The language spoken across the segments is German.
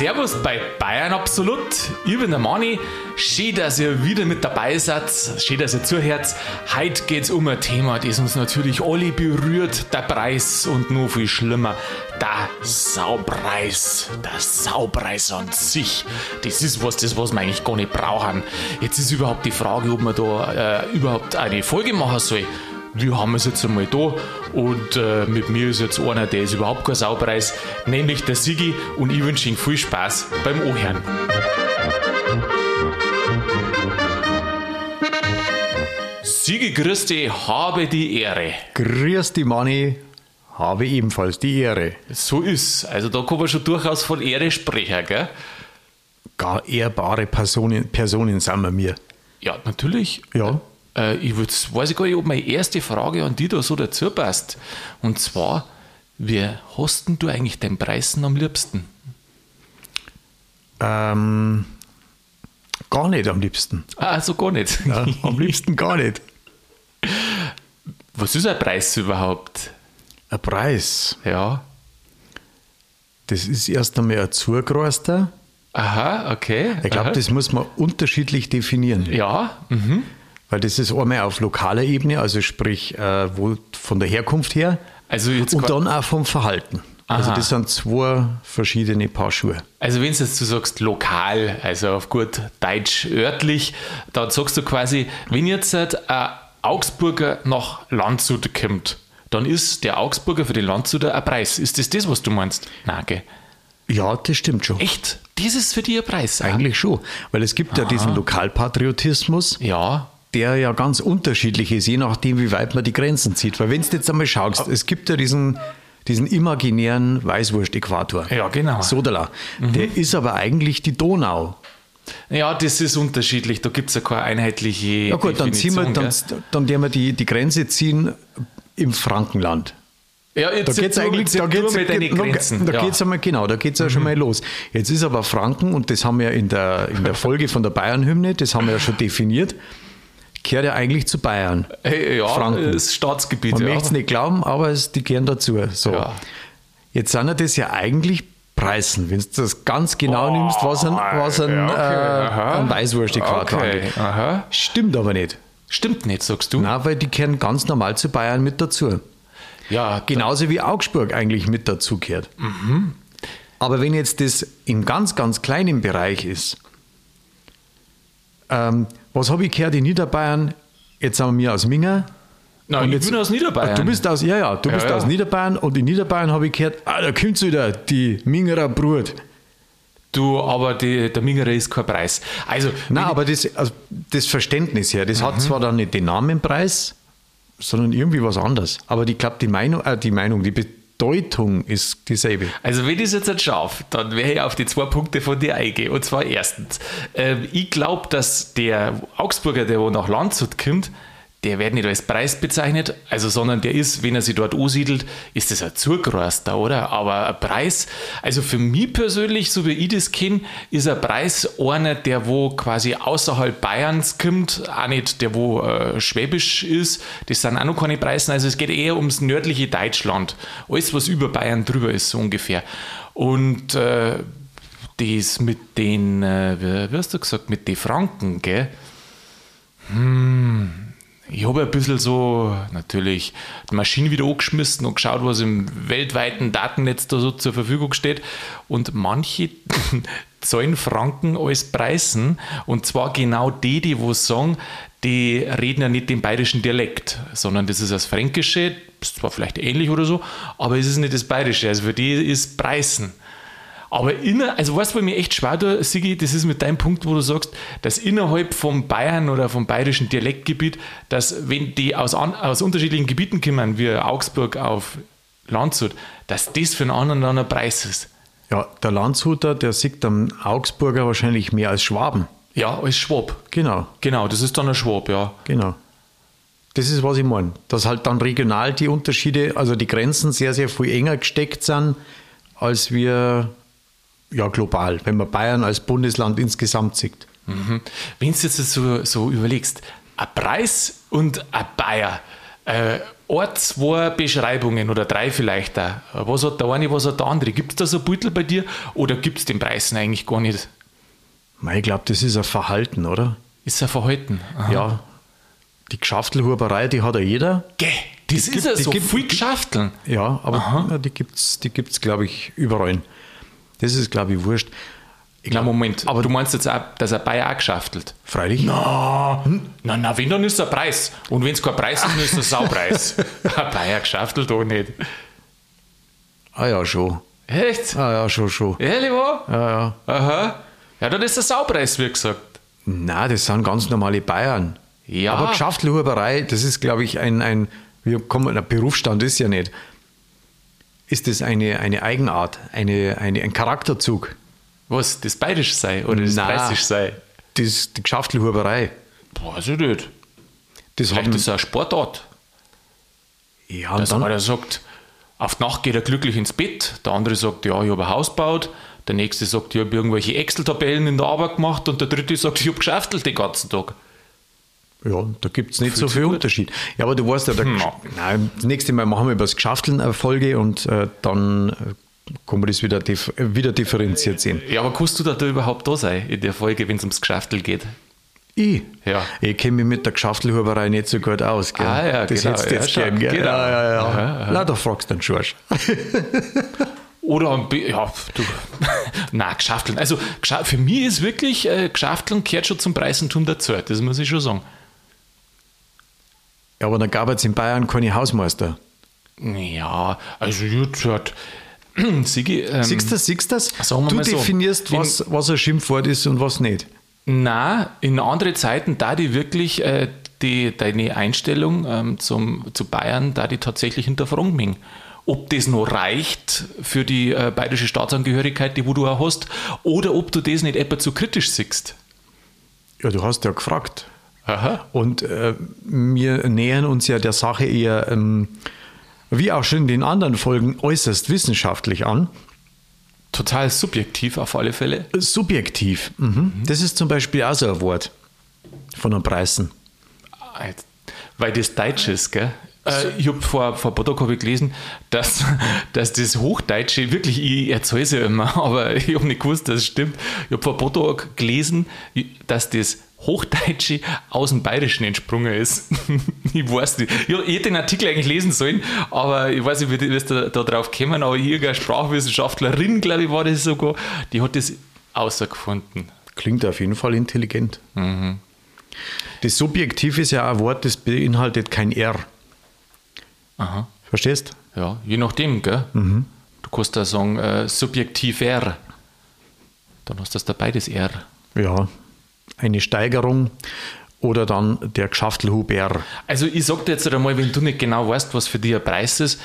Servus bei Bayern Absolut. Ich bin der Manni. Schön, dass ihr wieder mit dabei seid. Schön, dass ihr zuhört. Heute geht es um ein Thema, das uns natürlich alle berührt. Der Preis und noch viel schlimmer, der Saupreis. Der Saupreis an sich. Das ist was wir eigentlich gar nicht brauchen. Jetzt ist überhaupt die Frage, ob man da überhaupt eine Folge machen soll. Wir haben es jetzt einmal da und mit mir ist jetzt einer, der ist überhaupt kein Saupreis, nämlich der Sigi, und ich wünsche ihm viel Spaß beim Anhören. Sigi, grüß dich, habe die Ehre. Grüß dich, Manni, habe ebenfalls die Ehre. So ist, also da kann man schon durchaus von Ehre sprechen, gell? Gar ehrbare Personen sind wir mir. Ja, natürlich. Ja. Weiß ich gar nicht, ob meine erste Frage an dich da so dazu passt. Und zwar, wie hast denn du eigentlich den Preisen am liebsten? Gar nicht am liebsten. Also gar nicht? Ja, am liebsten gar nicht. Was ist ein Preis überhaupt? Ein Preis? Ja. Das ist erst einmal ein Zugroster. Aha, okay. Ich glaube, das muss man unterschiedlich definieren. Ja, Weil das ist einmal auf lokaler Ebene, also sprich wo von der Herkunft her, also jetzt und dann auch vom Verhalten. Aha. Also das sind zwei verschiedene Paar Schuhe. Also wenn du sagst lokal, also auf gut Deutsch örtlich, dann sagst du quasi, wenn jetzt ein Augsburger nach Landshut kommt, dann ist der Augsburger für den Landshuter ein Preis. Ist das, was du meinst? Nein, gell? Ja, das stimmt schon. Echt? Das ist für dich ein Preis? Eigentlich schon, weil es gibt ja diesen Lokalpatriotismus, Ja. der ja ganz unterschiedlich ist, je nachdem, wie weit man die Grenzen zieht. Weil wenn du jetzt einmal schaust, es gibt ja diesen imaginären Weißwurst-Äquator. Ja, genau. Sodala. Der ist aber eigentlich die Donau. Ja, das ist unterschiedlich. Da gibt es ja keine einheitliche Ja gut, dann werden wir die Grenze ziehen im Frankenland. Ja, Da geht es eigentlich mit deinen Grenzen. Da geht's einmal, genau, da geht es ja schon mal los. Jetzt ist aber Franken, und das haben wir in der Folge von der Bayern-Hymne, das haben wir ja schon definiert, gehört ja eigentlich zu Bayern. Ja, Franken. das Staatsgebiet. Man ja. möchte es nicht glauben, aber die gehören dazu. So. Ja. Jetzt sind ja das ja eigentlich Preisen, wenn du das ganz genau nimmst, was ein Weißwurst-Äquator angeht. Aha. Stimmt aber nicht. Stimmt nicht, sagst du? Nein, weil die gehören ganz normal zu Bayern mit dazu. Ja, Genauso wie Augsburg eigentlich mit dazu gehört. Aber wenn jetzt das im ganz, ganz kleinen Bereich ist, was habe ich gehört in Niederbayern? Jetzt sind wir aus Minga. Nein, ich bin aus Niederbayern. Du bist aus Niederbayern, und in Niederbayern habe ich gehört, da kommt wieder die Mingerer Brut. Du, aber der Mingerer ist kein Preis. Also, Nein, aber das Verständnis her, das hat zwar dann nicht den Namenpreis, sondern irgendwie was anderes. Aber ich glaube, die Bedeutung ist dieselbe. Also wenn ich es jetzt nicht schaffe, dann werde ich auf die 2 Punkte von dir eingehen. Und zwar erstens, ich glaube, dass der Augsburger, der wo nach Landshut kommt, der wird nicht als Preis bezeichnet, also sondern der ist, wenn er sich dort ansiedelt, ist das ein Zugroster, oder? Aber ein Preis, also für mich persönlich, so wie ich das kenne, ist ein Preis einer, der wo quasi außerhalb Bayerns kommt, auch nicht der wo schwäbisch ist, das sind auch noch keine Preise, also es geht eher ums nördliche Deutschland, alles was über Bayern drüber ist, so ungefähr. Und das mit den, wie hast du gesagt, mit den Franken, gell? Ich habe ein bisschen so natürlich die Maschine wieder angeschmissen und geschaut, was im weltweiten Datennetz da so zur Verfügung steht. Und manche zahlen Franken als Preisen. Und zwar genau die wo sagen, die reden ja nicht den bayerischen Dialekt, sondern das ist das Fränkische, ist zwar vielleicht ähnlich oder so, aber es ist nicht das Bayerische. Also für die ist Preisen. Aber also weißt du, was mir echt schwer tut, Sigi, das ist mit deinem Punkt, wo du sagst, dass innerhalb vom Bayern oder vom bayerischen Dialektgebiet, dass wenn die aus unterschiedlichen Gebieten kommen, wie Augsburg auf Landshut, dass das für einen anderen dann ein Preis ist. Ja, der Landshuter, der sieht am Augsburger wahrscheinlich mehr als Schwaben. Ja, als Schwab. Genau. Genau, das ist dann ein Schwab, ja. Genau. Das ist, was ich meine. Dass halt dann regional die Unterschiede, also die Grenzen sehr, sehr viel enger gesteckt sind, als wir global, wenn man Bayern als Bundesland insgesamt sieht. Wenn du jetzt so überlegst, ein Preis und ein Bayer, ein, zwei Beschreibungen oder 3 vielleicht auch. Was hat der eine, was hat der andere? Gibt es da so ein Beutel bei dir oder gibt es den Preisen eigentlich gar nicht? Ich glaube, das ist ein Verhalten, oder? Ist ein Verhalten? Aha. Ja. Die Geschäftelhuberei, die hat ja jeder. Geh, das ist ja so viel Geschäfteln. Ja, aber ja, die gibt's, glaube ich, überall. Das ist, glaube ich, wurscht. Moment, aber du meinst jetzt auch, dass ein Bayer auch geschaftelt? Freilich. Na, wenn, dann ist es ein Preis. Und wenn es kein Preis ist, dann ist es ein Saupreis. Ein Bayer geschaftelt auch nicht. Ah ja, schon. Echt? Ah ja, schon. Ehrlich wahr? Ja. Aha. Ja, dann ist es ein Saupreis, wie gesagt. Nein, das sind ganz normale Bayern. Ja. Aber Geschäftelhuberei, das ist, glaube ich, ein Berufsstand ist ja nicht. Ist das eine Eigenart, ein Charakterzug? Was, das Bayerisch sei oder das Preisisch sei? Die Geschäftelhuberei. Weiß ich nicht. Vielleicht ist es eine Sportart. Ja, Dass einer sagt, auf die Nacht geht er glücklich ins Bett. Der andere sagt, ja, ich habe ein Haus gebaut. Der nächste sagt, ich habe irgendwelche Excel-Tabellen in der Arbeit gemacht. Und der dritte sagt, ich habe geschaftelt den ganzen Tag. Ja, da gibt es nicht so viel Unterschied. Ja, aber du weißt ja, nein, das nächste Mal machen wir über das Geschäfteln eine Folge und dann kann man das wieder differenziert sehen. Ja, aber kannst du da überhaupt da sein in der Folge, wenn es ums Geschäftel geht? Ja. Ich kenne mich mit der Geschäftelhuberei nicht so gut aus. Gell? Ah, ja, das genau. hättest du jetzt gern, gell? Genau. Ja. Na, da fragst du den Schorsch. Oder, nein, Geschäfteln. Also, für mich ist wirklich, Geschäfteln gehört schon zum Preisentum dazu. Das muss ich schon sagen. Ja, aber dann gab es in Bayern keine Hausmeister. Ja, also jetzt hat Sigi. Siehst du das? Sagen wir Du mal so, definierst, was ein Schimpfwort ist und was nicht. Nein, in andere Zeiten, da die wirklich deine Einstellung zu Bayern, da die tatsächlich hinterfragen mögen. Ob das noch reicht für die bayerische Staatsangehörigkeit, die wo du auch hast, oder ob du das nicht etwa zu kritisch siehst. Ja, du hast ja gefragt. Aha. Und wir nähern uns ja der Sache eher, wie auch schon in den anderen Folgen, äußerst wissenschaftlich an. Total subjektiv auf alle Fälle. Subjektiv. Mhm. Das ist zum Beispiel auch so ein Wort von den Preisen. Weil das Deutsch ist, gell? Ich habe vor ein paar Tagen habe ich gelesen, dass das Hochdeutsche, wirklich, ich erzähle es ja immer, aber ich habe nicht gewusst, dass es stimmt. Ich habe vor ein paar Tagen gelesen, dass das Hochdeutsche aus dem Bayerischen entsprungen ist. Ich weiß nicht. Ich hätte den Artikel eigentlich lesen sollen, aber ich weiß nicht, wie wir da drauf kommen, aber irgendeine Sprachwissenschaftlerin, glaube ich, war das sogar, die hat das außergefunden. Klingt auf jeden Fall intelligent. Mhm. Das Subjektiv ist ja ein Wort, das beinhaltet kein R. Aha. Verstehst? Ja, je nachdem, gell? Mhm. Du kannst da sagen, subjektiver. Dann hast du das dabei, das R. Ja, eine Steigerung oder dann der Geschäftelhuber. Also ich sag dir jetzt einmal, wenn du nicht genau weißt, was für dich ein Preis ist,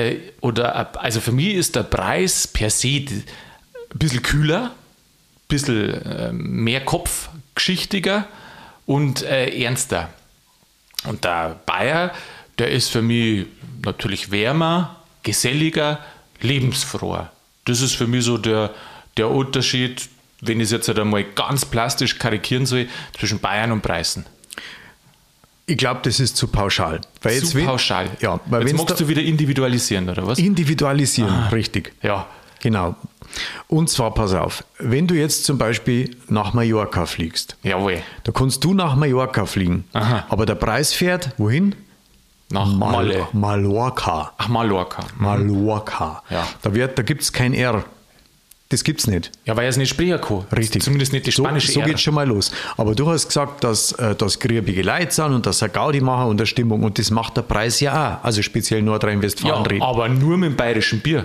also für mich ist der Preis per se ein bisschen kühler, ein bisschen mehr kopfgeschichtiger und ernster. Und der Bayer, der ist für mich natürlich wärmer, geselliger, lebensfroher. Das ist für mich so der Unterschied, wenn ich es jetzt halt einmal ganz plastisch karikieren soll, zwischen Bayern und Preußen. Ich glaube, das ist zu pauschal. Weil zu pauschal? Ja. Weil jetzt magst du wieder individualisieren, oder was? Individualisieren, richtig. Ja. Genau. Und zwar, pass auf, wenn du jetzt zum Beispiel nach Mallorca fliegst, jawohl, da kannst du nach Mallorca fliegen, aber der Preis fährt wohin? Nach Mallorca. Ach, Mallorca. Mallorca. Ja. Da gibt es kein R. Das gibt es nicht. Ja, weil er es nicht sprechen kann. Richtig. Zumindest nicht die spanische So R. geht es schon mal los. Aber du hast gesagt, dass das griebige Leute sind und dass er Gaudi machen und der Stimmung und das macht der Preis ja auch. Also speziell Nordrhein-Westfalen Ja, reden. aber nur mit dem bayerischen Bier.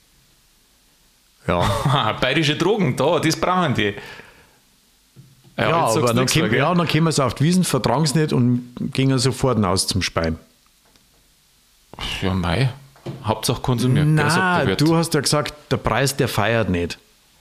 Ja. Bayerische Drogen, das brauchen die. Ja, aber dann kommen wir es auf die Wiesen, vertragen es nicht und gehen sofort raus zum Speim. Ja, mei. Hauptsache konsumieren. Nein, du hast ja gesagt, der Preis, der feiert nicht.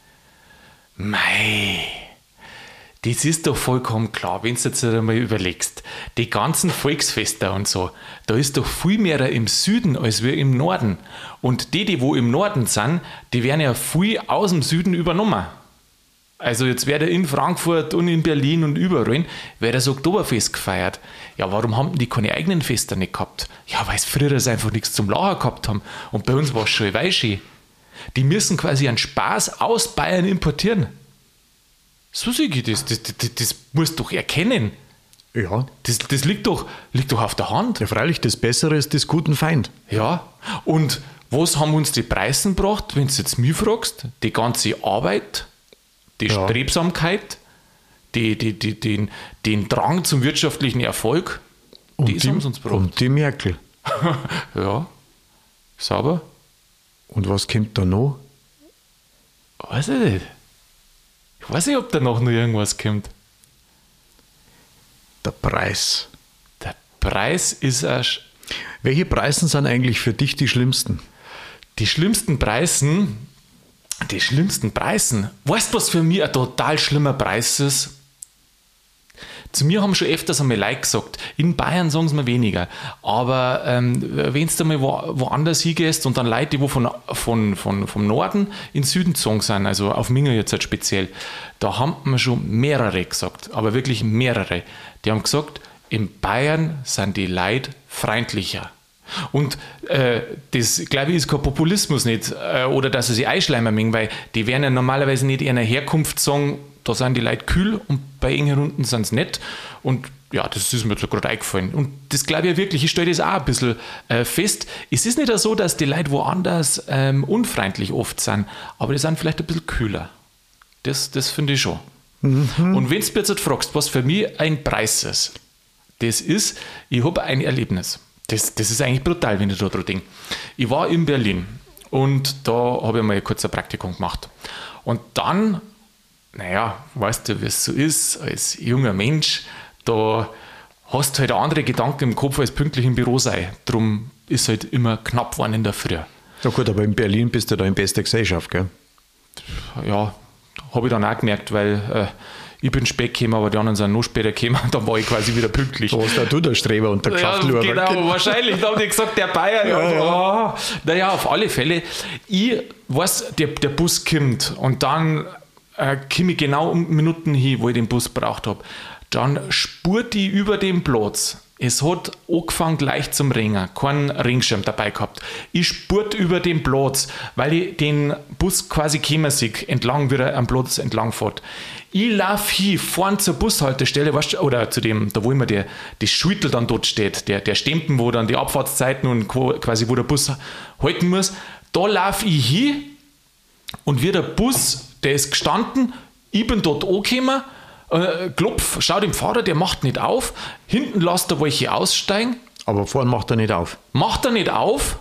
Mei. Das ist doch vollkommen klar, wenn du jetzt einmal überlegst. Die ganzen Volksfeste und so, da ist doch viel mehr im Süden als wir im Norden. Und die wo im Norden sind, die werden ja viel aus dem Süden übernommen. Also jetzt wird in Frankfurt und in Berlin und überall wird das Oktoberfest gefeiert. Ja, warum haben die keine eigenen Feste nicht gehabt? Ja, weil es früher einfach nichts zum Lachen gehabt haben. Und bei uns war es schon Weihski. Die müssen quasi einen Spaß aus Bayern importieren. So sehe ich das. Das musst du doch erkennen. Ja. Das liegt doch auf der Hand. Ja, freilich, das Bessere ist des guten Feind. Ja, und was haben uns die Preisen gebracht, wenn du jetzt mich fragst? Die ganze Arbeit, die Strebsamkeit, den Drang zum wirtschaftlichen Erfolg, das haben sie uns gebracht. Und die Merkel. Ja, sauber. Und was kommt da noch? Weiß ich nicht. Ich weiß nicht, ob da noch irgendwas kommt. Der Preis. Der Preis ist Welche Preise sind eigentlich für dich die schlimmsten? Die schlimmsten Preisen. Weißt du, was für mich ein total schlimmer Preis ist? Zu mir haben schon öfters einmal Leute gesagt, in Bayern sagen sie mir weniger, aber wenn du mal woanders hingehst und dann Leute, die vom Norden in den Süden gezogen sind, also auf Minga jetzt halt speziell, da haben mir schon mehrere gesagt, aber wirklich mehrere, die haben gesagt, in Bayern sind die Leute freundlicher. Und das, glaube ich, ist kein Populismus nicht, oder dass sie sich einschleimen mögen, weil die werden ja normalerweise nicht in einer Herkunft sagen, da sind die Leute kühl und bei engen Runden sind sie nett. Und ja, das ist mir so gerade eingefallen. Und das glaube ich wirklich, ich stelle das auch ein bisschen fest. Es ist nicht so, dass die Leute woanders unfreundlich oft sind, aber die sind vielleicht ein bisschen kühler. Das finde ich schon. Mhm. Und wenn du mir jetzt fragst, was für mich ein Preis ist, das ist, ich habe ein Erlebnis. Das ist eigentlich brutal, wenn ich da dran denke. Ich war in Berlin und da habe ich mal kurz ein Praktikum gemacht. Und dann, naja, weißt du, wie es so ist, als junger Mensch, da hast du halt andere Gedanken im Kopf, als pünktlich im Büro sei. Darum ist halt immer knapp geworden in der Früh. Ja gut, aber in Berlin bist du da in bester Gesellschaft, gell? Ja, habe ich dann auch gemerkt, weil ich bin spät gekommen, aber die anderen sind noch später gekommen, dann war ich quasi wieder pünktlich. Da warst du der Streber und der Geschäftsführer. Ja, genau, wahrscheinlich. Da haben die gesagt, der Bayer. Ja. Naja, auf alle Fälle. Ich weiß, der Bus kommt und dann komme ich genau um Minuten hin, wo ich den Bus gebraucht habe. Dann spurt ich über den Platz. Es hat angefangen gleich zum Ringen, keinen Ringschirm dabei gehabt. Ich spurt über den Platz, weil ich den Bus quasi kommen sehe, entlang, wie er am Platz entlang fährt. Ich laufe hin, vorne zur Bushaltestelle, weißt du, oder zu dem, da wo immer das Schüttel dann dort steht, der Stempel, wo dann die Abfahrtszeiten und quasi wo der Bus halten muss. Da laufe ich hin und wie der Bus, der ist gestanden, ich bin dort angekommen, klopf, schau dem Fahrer, der macht nicht auf, hinten lässt er welche aussteigen. Aber vorne macht er nicht auf. Macht er nicht auf,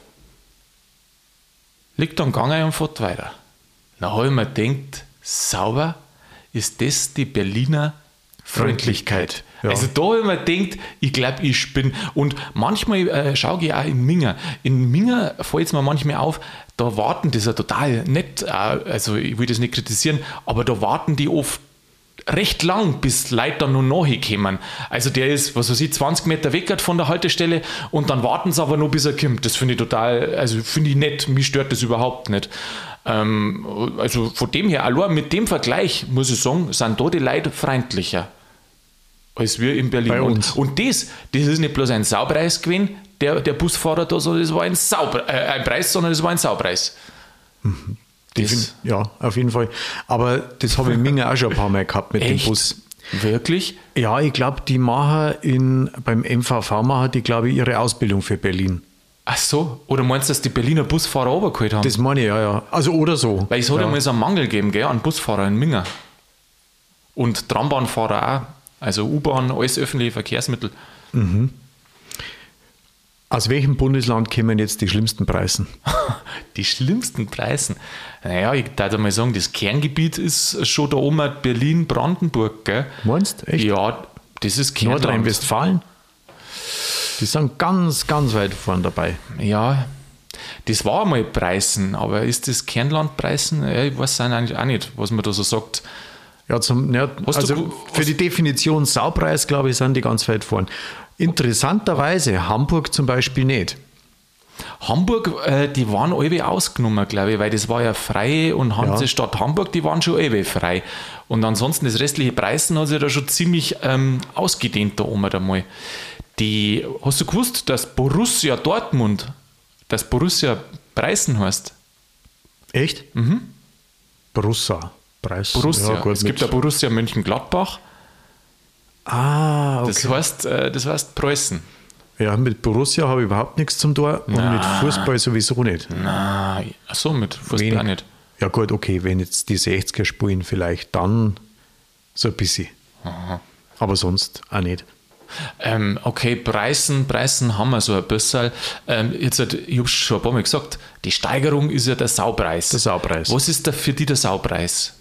liegt dann gegangen und fährt weiter. Dann habe ich mir gedacht, sauber, ist das die Berliner Freundlichkeit. Ja. Also da habe ich mir gedacht, ich glaube, ich spinne. Und manchmal schaue ich auch in Minga. In Minga fällt es mir manchmal auf, da warten, das ist ja total nett, also ich will das nicht kritisieren, aber da warten die oft recht lang, bis Leute dann noch nachkommen. Also der ist, was weiß ich, 20 Meter weg von der Haltestelle und dann warten sie aber noch, bis er kommt. Das finde ich total, also finde ich nett, mich stört das überhaupt nicht. Also von dem her, allein mit dem Vergleich, muss ich sagen, sind da die Leute freundlicher als wir in Berlin. Bei uns. Und das ist nicht bloß ein Saupreis gewesen, der Busfahrer da, sondern das war ein Preis, sondern das war ein Saupreis. Mhm. Ja, auf jeden Fall. Aber das habe ich in Minga auch schon ein paar Mal gehabt mit Echt? dem Bus. Wirklich? Ja, ich glaube, die machen beim MVV machen die, glaube ich, ihre Ausbildung für Berlin. Ach so, oder meinst du, dass die Berliner Busfahrer runtergeholt haben? Das meine ich, ja. Also oder so. Weil es hat ja einmal so einen Mangel gegeben, gell, an Busfahrer in Minga. Und Trambahnfahrer auch. Also U-Bahn, alles öffentliche Verkehrsmittel. Mhm. Aus welchem Bundesland kommen jetzt die schlimmsten Preisen? Die schlimmsten Preisen? Naja, ich würde mal sagen, das Kerngebiet ist schon da oben Berlin, Brandenburg, gell? Meinst du? Echt? Ja, das ist Kernland. Nordrhein-Westfalen? Die sind ganz, ganz weit vorne dabei. Ja, das war einmal Preisen, aber ist das Kernland Preisen? Ja, ich weiß eigentlich auch nicht, was man da so sagt. Ja, für die Definition Saupreis, glaube ich, sind die ganz weit vorne. Interessanterweise Hamburg zum Beispiel nicht. Hamburg, die waren alle ausgenommen, glaube ich, weil das war ja frei und Hansestadt Hamburg, die waren schon alle frei. Und ansonsten das restliche Preußen hat sich da schon ziemlich ausgedehnt da oben einmal. Hast du gewusst, dass Borussia Dortmund, dass Borussia Preußen heißt? Echt? Borussia. Borussia. Ja, gut, es gibt ja Borussia Mönchengladbach. Okay. Das heißt Preußen. Ja, mit Borussia habe ich überhaupt nichts zum tun und mit Fußball sowieso nicht. Nein, achso, mit Fußball auch nicht. Ja gut, okay, wenn jetzt die 60er spielen, vielleicht dann so ein bisschen. Aha. Aber sonst auch nicht. Okay, Preisen haben wir so ein bisschen. Ich habe es schon ein paar Mal gesagt, die Steigerung ist ja der Saupreis. Der Saupreis. Was ist da für dich der Saupreis?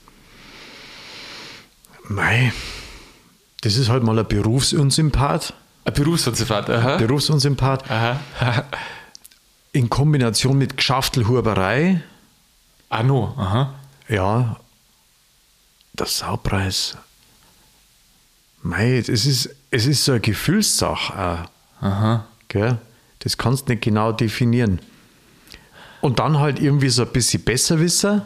Mei, das ist halt mal ein Berufsunsympath. Ein Berufsunsympath, aha. Berufsunsympath. Aha. In Kombination mit Geschäftelhuberei. Ah, no, aha. Ja, der Saupreis. Mei, es ist so eine Gefühlssache auch. Aha. Gell? Das kannst du nicht genau definieren. Und dann halt irgendwie so ein bisschen Besserwisser.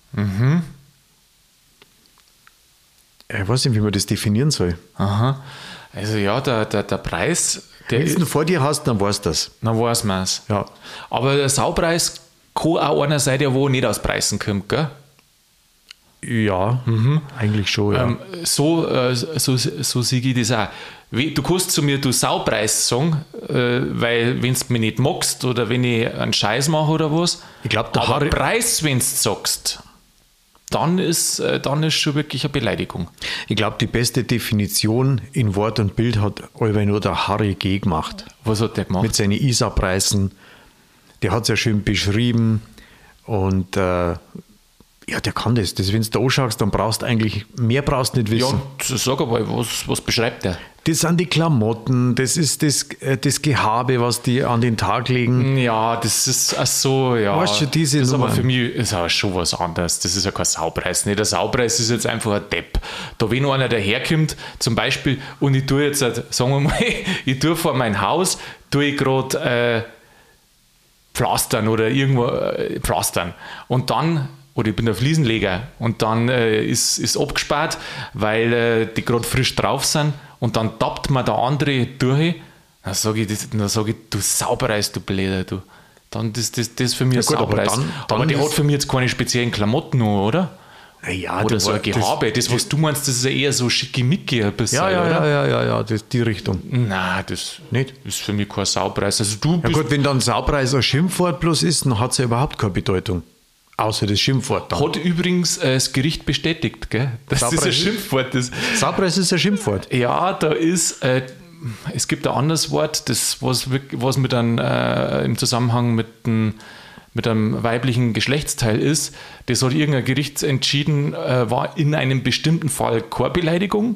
Ich weiß nicht, wie man das definieren soll. Aha. Also ja, der Preis, der Wenn du ihn vor dir hast, dann weißt du das. dann weiß man es. Ja. Aber der Saupreis kann auch einer sein, der wo nicht aus Preisen kommt, gell? Ja, eigentlich schon, ja. So sehe ich das auch. Du kannst zu mir, du Saupreis sagen, weil wenn du mich nicht magst oder wenn ich einen Scheiß mache oder was. Ich glaube, der aber Harry... Preis, wenn du sagst, dann ist schon wirklich eine Beleidigung. Ich glaube, die beste Definition in Wort und Bild hat allweil nur der Harry G. gemacht. Was hat der gemacht? Mit seinen ISA-Preisen. Der hat es ja schön beschrieben und ja, der kann das. Wenn du da anschaust, dann brauchst du eigentlich, mehr brauchst du nicht wissen. Ja, sag aber, was beschreibt der? Das sind die Klamotten, das ist das Gehabe, was die an den Tag legen. Ja, das ist ach so, ja. Weißt du, diese das ist aber Nummern. für mich ist aber schon was anderes. Das ist ja kein Saupreis. Nee, der Saupreis ist jetzt einfach ein Depp. Da wenn einer daherkommt, zum Beispiel, und ich tue jetzt, sagen wir mal, ich tue vor mein Haus, tue ich gerade pflastern oder irgendwo pflastern. Und dann, oder ich bin der Fliesenleger und dann ist abgespart, weil die gerade frisch drauf sind und dann tappt mir der andere durch. Dann sage ich, du Saupreis, du Bläder, du. Dann ist das für mich ein gut, aber Saupreis. dann Aber der ist- hat für mich jetzt keine speziellen Klamotten an, oder? Ja, Oder so ein Gehabe. Das, was du meinst, das ist ja eher so schickimicki ein bisschen, oder? Ja, die Richtung. Nein, das Nicht? ist für mich kein Saupreis. Also du Ja bist gut, wenn dann Saupreis ein Schimpfwort bloß ist, dann hat es ja überhaupt keine Bedeutung. Außer das Schimpfwort dann. Hat übrigens das Gericht bestätigt, gell? Das ist ein Saupreis ist- Schimpfwort. Saupreis ist ein Schimpfwort. Ja, da ist, es gibt ein anderes Wort, das was mit einem, im Zusammenhang mit einem weiblichen Geschlechtsteil ist. Das hat irgendein Gericht entschieden, war in einem bestimmten Fall keine Beleidigung,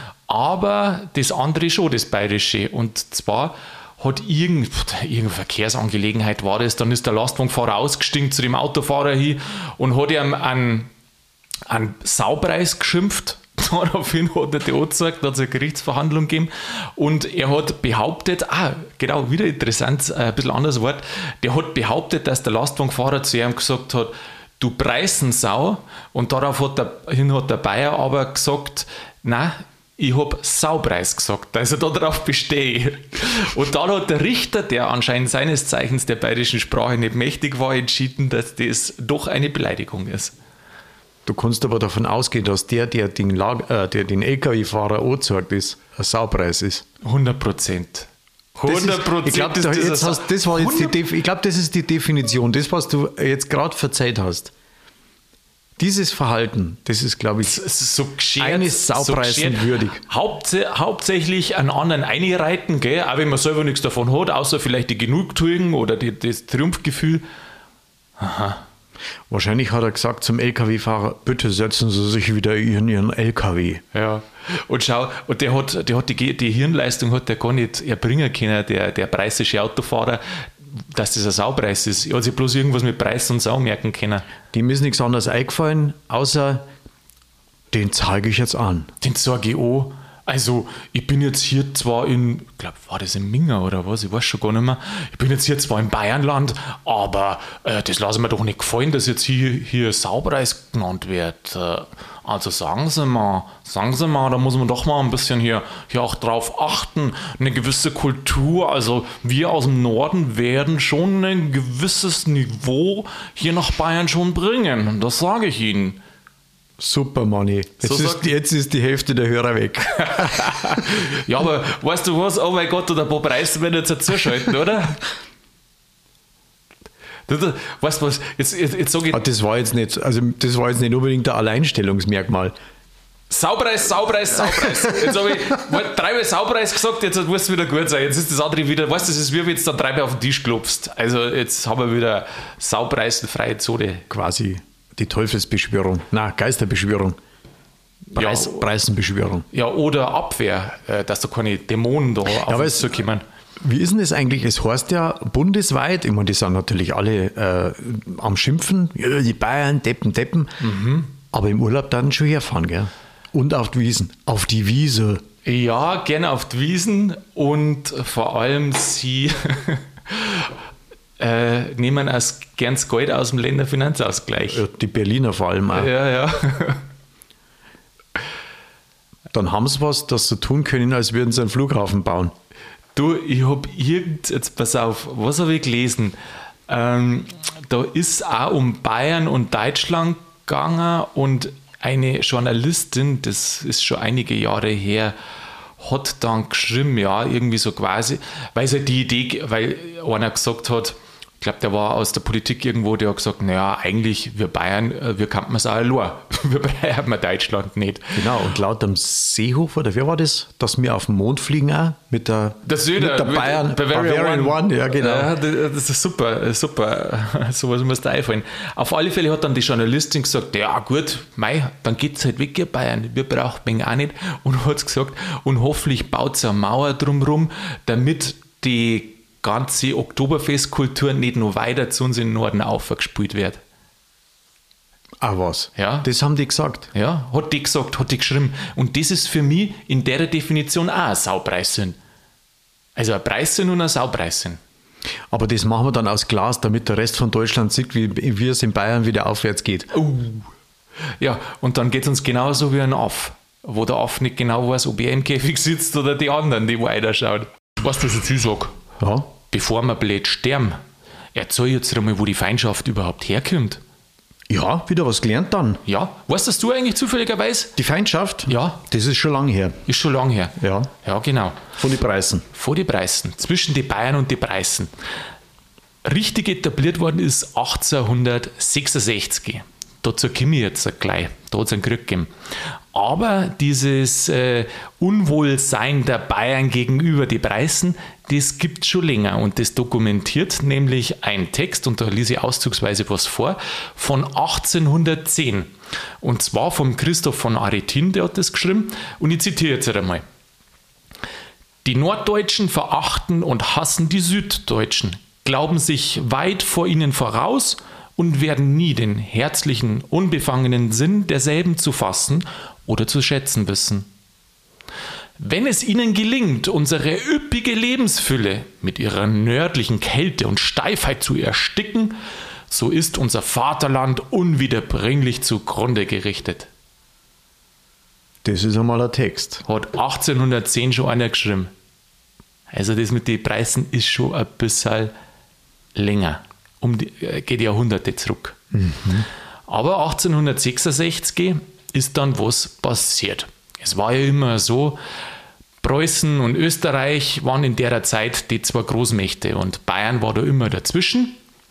aber das andere schon, das Bayerische. Und zwar hat irgendeine Verkehrsangelegenheit war das, dann ist der Lastwagenfahrer ausgestiegen zu dem Autofahrer hin und hat ihm einen Saupreis geschimpft. Daraufhin hat er die angezeigt, da hat es eine Gerichtsverhandlung gegeben und er hat behauptet, genau, wieder interessant, ein bisschen anderes Wort, der hat behauptet, dass der Lastwagenfahrer zu ihm gesagt hat, du Preisensau, und daraufhin hat der Bayer aber gesagt, nein, ich habe Saupreis gesagt, also darauf bestehe ich. Und dann hat der Richter, der anscheinend seines Zeichens der bayerischen Sprache nicht mächtig war, entschieden, dass das doch eine Beleidigung ist. Du kannst aber davon ausgehen, dass der den LKW-Fahrer angezeigt ist, ein Saupreis ist. 100%. 100%. Ich glaube, ich glaube, das ist die Definition. Das, was du jetzt gerade verzeiht hast. Dieses Verhalten, das ist, glaube ich, so geschert, eines Saupreisen würdig. Hauptsächlich an anderen einreiten, gell? Auch wenn man selber nichts davon hat, außer vielleicht die Genugtuung oder das Triumphgefühl. Wahrscheinlich hat er gesagt zum LKW-Fahrer, bitte setzen Sie sich wieder in Ihren LKW. Ja, und schau, und der hat die Hirnleistung hat der gar nicht erbringen können, der preußische Autofahrer, dass das ein Saupreis ist. Er hat sich bloß irgendwas mit Preis und Sau merken können. Dem ist nichts anderes eingefallen, außer den zeige ich jetzt an. Den zeige ich an Also, ich bin jetzt hier zwar ich glaube, war das in Minga oder was? Ich weiß schon gar nicht mehr. Ich bin jetzt hier zwar im Bayernland, aber das lasse ich mir doch nicht gefallen, dass jetzt hier Saupreis genannt wird. Also sagen Sie mal, da muss man doch mal ein bisschen hier auch drauf achten. Eine gewisse Kultur, also wir aus dem Norden werden schon ein gewisses Niveau hier nach Bayern schon bringen. Das sage ich Ihnen. Super, Manni. Jetzt ist die Hälfte der Hörer weg. Ja, aber weißt du was? Oh mein Gott, der Bob Reis wird jetzt zuschalten, oder? Weißt du was? Jetzt sag ich. Das war jetzt nicht unbedingt ein Alleinstellungsmerkmal. Saupreis. Jetzt habe ich dreimal Saupreis gesagt, jetzt muss es wieder gut sein. Jetzt ist das andere wieder, weißt du, das ist wie wenn jetzt dann dreimal auf den Tisch klopfst. Also jetzt haben wir wieder Saupreisenfreie Zone. Quasi die Teufelsbeschwörung. Na, Geisterbeschwörung. Preisenbeschwörung. Ja, oder Abwehr, dass da keine Dämonen da auf uns zukommen. Wie ist denn das eigentlich? Es heißt ja bundesweit, ich meine, die sind natürlich alle am Schimpfen, ja, die Bayern, Deppen, aber im Urlaub dann schon herfahren, gell? Und auf die Wiesen. Auf die Wiese. Ja, gerne auf die Wiesen und vor allem sie nehmen gern das Geld aus dem Länderfinanzausgleich. Ja, die Berliner vor allem auch. Ja. Dann haben sie was, das sie tun können, als würden sie einen Flughafen bauen. Du, ich habe jetzt pass auf, was habe ich gelesen? Da ist auch um Bayern und Deutschland gegangen und eine Journalistin, das ist schon einige Jahre her, hat dann geschrieben, ja, irgendwie so quasi, weil sie die Idee, weil einer gesagt hat, ich glaube, der war aus der Politik irgendwo, der hat gesagt, naja, eigentlich, wir Bayern, wir kannten es auch allein. Wir brauchen Deutschland nicht. Genau, und laut dem Seehofer, oder wer war das, dass wir auf den Mond fliegen auch, mit der Bavarian One. Ja, genau. Ja, das ist super. Sowas muss da einfallen. Auf alle Fälle hat dann die Journalistin gesagt, ja gut, dann geht es halt weg, ihr Bayern, wir brauchen auch nicht. Und hat gesagt, und hoffentlich baut es eine Mauer drumherum, damit die ganze Oktoberfestkultur nicht noch weiter zu uns in den Norden aufgespült wird. Ah, was? Ja. Das haben die gesagt. Ja, hat die gesagt, hat die geschrieben. Und das ist für mich in der Definition auch ein Saupreißsinn. Also ein Preissinn und ein Saupreißsinn. Aber das machen wir dann aus Glas, damit der Rest von Deutschland sieht, wie es in Bayern wieder aufwärts geht. Ja, und dann geht es uns genauso wie ein Aff, wo der Aff nicht genau weiß, ob er im Käfig sitzt oder die anderen, die weiterschauen. Weißt du, was ich sage? Ja. Bevor wir blöd sterben, erzähl jetzt einmal, wo die Feindschaft überhaupt herkommt. Ja, wieder was gelernt dann. Ja, weißt du eigentlich zufälligerweise? Die Feindschaft? Ja. Das ist schon lange her. Ist schon lange her. Ja. Ja, genau. Von den Preisen. Von den Preisen. Zwischen den Bayern und den Preisen. Richtig etabliert worden ist 1866. Dazu komme ich jetzt gleich. Da hat es einen Krieg gegeben. Aber dieses Unwohlsein der Bayern gegenüber den Preisen, das gibt es schon länger. Und das dokumentiert nämlich ein Text, und da lese ich auszugsweise was vor, von 1810. Und zwar vom Christoph von Aretin, der hat das geschrieben. Und ich zitiere jetzt einmal. Die Norddeutschen verachten und hassen die Süddeutschen, glauben sich weit vor ihnen voraus und werden nie den herzlichen, unbefangenen Sinn derselben zu fassen oder zu schätzen wissen. Wenn es ihnen gelingt, unsere üppige Lebensfülle mit ihrer nördlichen Kälte und Steifheit zu ersticken, so ist unser Vaterland unwiederbringlich zugrunde gerichtet. Das ist einmal ein Text. Hat 1810 schon einer geschrieben. Also das mit den Preisen ist schon ein bisschen länger. Geht Jahrhunderte zurück. Aber 1866 ist dann was passiert. Es war ja immer so, Preußen und Österreich waren in der Zeit die zwei Großmächte und Bayern war da immer dazwischen.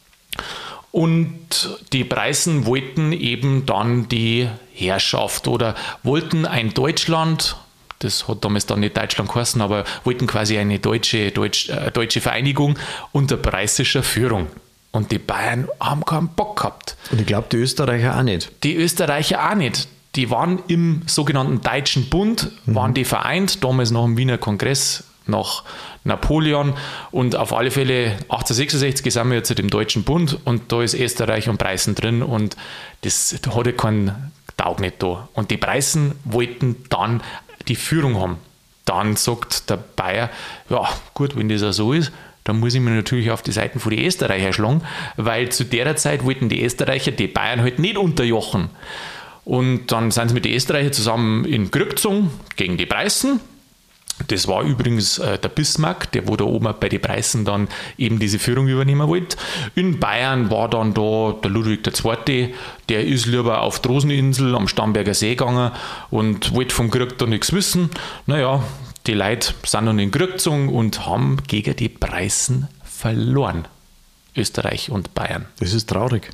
Und die Preußen wollten eben dann die Herrschaft oder wollten ein Deutschland, das hat damals dann nicht Deutschland geheißen, aber wollten quasi eine deutsche Vereinigung unter preußischer Führung. Und die Bayern haben keinen Bock gehabt. Und ich glaube, die Österreicher auch nicht. Die Österreicher auch nicht. Die waren im sogenannten Deutschen Bund, waren die vereint, damals nach dem Wiener Kongress, nach Napoleon. Und auf alle Fälle 1866 sind wir jetzt im Deutschen Bund und da ist Österreich und Preußen drin und das hatte keinen Taug nicht da. Und die Preußen wollten dann die Führung haben, dann sagt der Bayer, ja gut, wenn das auch so ist, dann muss ich mich natürlich auf die Seiten von den Österreicher schlagen, weil zu der Zeit wollten die Österreicher die Bayern halt nicht unterjochen. Und dann sind sie mit den Österreichern zusammen in Krieg gezogen gegen die Preußen. Das war übrigens der Bismarck, der wo da oben bei den Preußen dann eben diese Führung übernehmen wollte. In Bayern war dann da der Ludwig II., der ist lieber auf die Roseninsel am Starnberger See gegangen und wollte vom Krieg da nichts wissen. Naja, die Leute sind dann in den Krieg gezogen und haben gegen die Preußen verloren. Österreich und Bayern. Das ist traurig.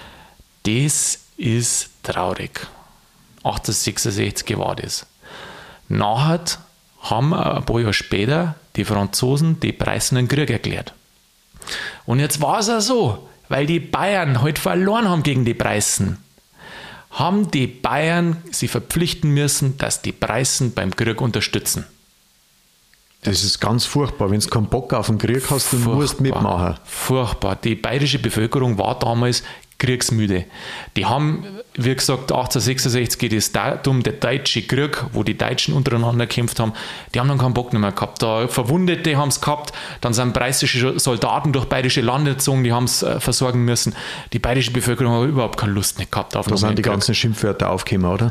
Das ist traurig. 1866 war das. Nachher haben ein paar Jahre später die Franzosen die Preußen einen Krieg erklärt. Und jetzt war es auch so, weil die Bayern heute verloren haben gegen die Preußen, haben die Bayern sie verpflichten müssen, dass die Preußen beim Krieg unterstützen. Das ist ganz furchtbar. Wenn du keinen Bock auf den Krieg hast, dann musst du mitmachen. Furchtbar. Die bayerische Bevölkerung war damals kriegsmüde. Die haben, wie gesagt, 1866 das Datum, der Deutsche Krieg, wo die Deutschen untereinander gekämpft haben, die haben dann keinen Bock mehr gehabt. Da Verwundete haben es gehabt, dann sind preußische Soldaten durch bayerische Lande gezogen, die haben es versorgen müssen. Die bayerische Bevölkerung hat überhaupt keine Lust nicht gehabt auf Da sind die ganzen Schimpfwörter aufgekommen, oder?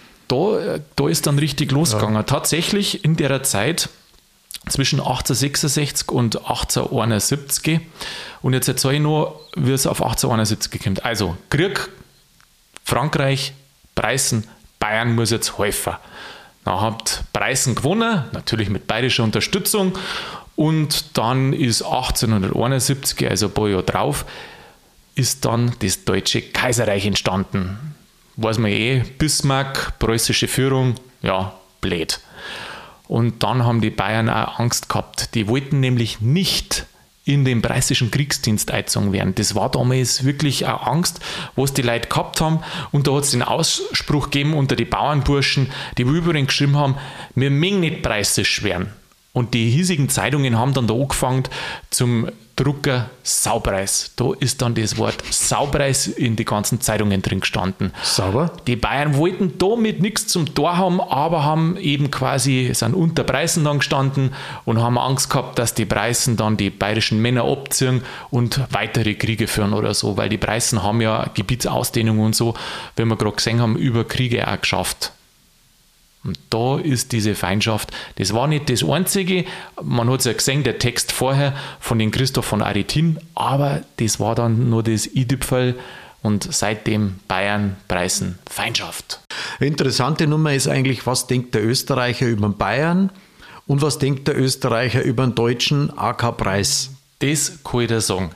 Da ist dann richtig losgegangen. Ja. Tatsächlich in der Zeit zwischen 1866 und 1871. Und jetzt erzähle ich nur, wie es auf 1871 kommt. Also Krieg, Frankreich, Preußen, Bayern muss jetzt helfen. Dann hat Preußen gewonnen, natürlich mit bayerischer Unterstützung. Und dann ist 1871, also ein paar Jahre drauf, ist dann das Deutsche Kaiserreich entstanden. Weiß man Bismarck, preußische Führung, ja, blöd. Und dann haben die Bayern auch Angst gehabt. Die wollten nämlich nicht in den preußischen Kriegsdienst eingezogen werden. Das war damals wirklich eine Angst, was die Leute gehabt haben. Und da hat es den Ausspruch gegeben unter die Bauernburschen, die übrigens geschrieben haben, wir mögen nicht preußisch werden. Und die hiesigen Zeitungen haben dann da angefangen zum Drucker Saupreis. Da ist dann das Wort Saupreis in die ganzen Zeitungen drin gestanden. Sauber? Die Bayern wollten damit nichts zum Tor haben, aber haben eben quasi, sind unter Preußen dann gestanden und haben Angst gehabt, dass die Preußen dann die bayerischen Männer abziehen und weitere Kriege führen oder so, weil die Preußen haben ja Gebietsausdehnung und so, wie wir gerade gesehen haben, über Kriege auch geschafft. Und da ist diese Feindschaft, das war nicht das Einzige, man hat es ja gesehen, der Text vorher von den Christoph von Aretin, aber das war dann nur das i-Tüpferl und seitdem Bayern, Preußen, Feindschaft. Interessante Nummer ist eigentlich, was denkt der Österreicher über den Bayern und was denkt der Österreicher über den Deutschen AK Preis? Das kann ich dir sagen.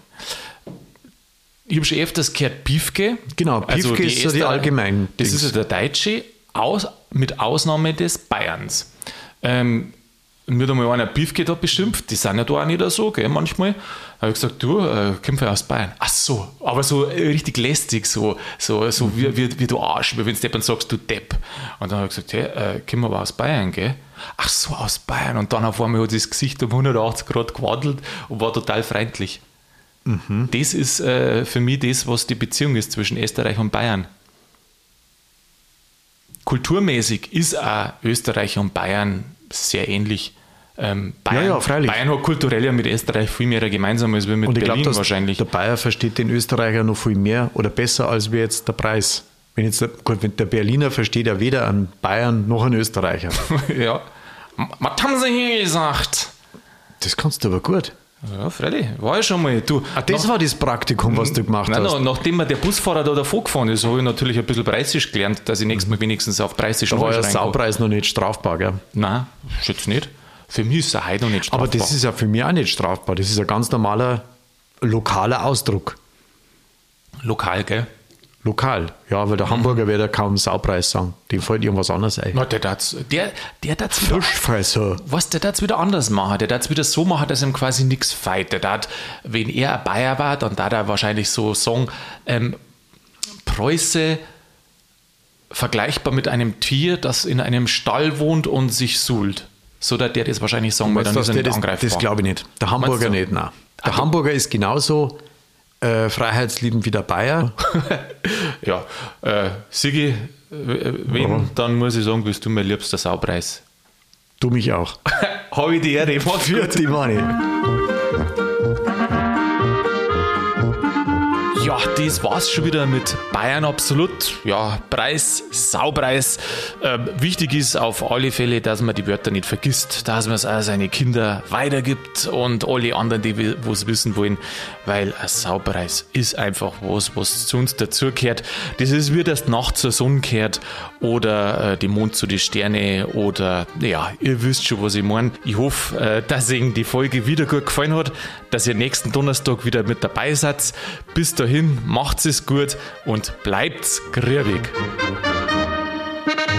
Ich habe schon öfters gehört, Piefke. Genau, Piefke also ist so die allgemein. Das ist ja der Deutsche, mit Ausnahme des Bayerns. Mir hat einmal einer Piefke da beschimpft, die sind ja da auch nicht so, gell, manchmal. Da habe ich gesagt, du, kommst ja aus Bayern. Ach so, aber so richtig lästig, so wie du Arsch, wie wenn du jemand sagst, du Depp. Und dann habe ich gesagt, hey, kommen wir aber aus Bayern, gell? Ach so, aus Bayern. Und dann auf einmal hat das Gesicht um 180 Grad gewandelt und war total freundlich. Mhm. Das ist für mich das, was die Beziehung ist zwischen Österreich und Bayern. Kulturmäßig ist auch Österreich und Bayern sehr ähnlich. Freilich. Bayern hat kulturell ja mit Österreich viel mehr gemeinsam als wir mit Berlin glaub, wahrscheinlich. Der Bayer versteht den Österreicher noch viel mehr oder besser als wir jetzt der Preis. Wenn der Berliner versteht ja weder einen Bayern noch einen Österreicher. Ja. Was haben sie hier gesagt? Das kannst du aber gut. Ja, freilich, war ja schon mal. Du, das war das Praktikum, was du gemacht hast. Nachdem mir der Busfahrer da davor gefahren ist, habe ich natürlich ein bisschen Preußisch gelernt, dass ich nächstes Mal wenigstens auf Preußisch Da war ja Saupreis noch nicht strafbar, gell? Nein, ist jetzt nicht. Für mich ist er heute noch nicht strafbar. Aber das ist ja für mich auch nicht strafbar. Das ist ein ganz normaler, lokaler Ausdruck. Lokal, gell? Lokal, ja, weil der Hamburger wird ja kaum Saupreis sagen. Dem fällt irgendwas anderes ein. Na, der darf's Fischfresser. Was, der darf's wieder anders machen. Der darf's wieder so machen, dass ihm quasi nichts feit. Der darf, wenn er ein Bayer war, dann darf er wahrscheinlich so sagen, Preuße vergleichbar mit einem Tier, das in einem Stall wohnt und sich suhlt. So dass der das wahrscheinlich sagen, weil dann ist er nicht angreifbar. Das glaube ich nicht. Der Hamburger nicht, nein. Der Hamburger ist genauso freiheitsliebend wie der Bayer. Ja, Sigi, wenn, dann muss ich sagen, bist du mein liebster Saupreis. Du mich auch. Habe ich die Ehre. Mach's gut. Die Mani. Ja, das war's schon wieder mit Bayern Absolut. Ja, Preis, Saupreis. Wichtig ist auf alle Fälle, dass man die Wörter nicht vergisst, dass man es auch seine Kinder weitergibt und alle anderen, die was wissen wollen, weil ein Saupreis ist einfach was zu uns dazugehört. Das ist wie das Nacht zur Sonne gehört oder die Mond zu den Sterne oder, ja, ihr wisst schon, was ich meine. Ich hoffe, dass Ihnen die Folge wieder gut gefallen hat, dass ihr nächsten Donnerstag wieder mit dabei seid. Bis dahin, macht's es gut und bleibt's grübig.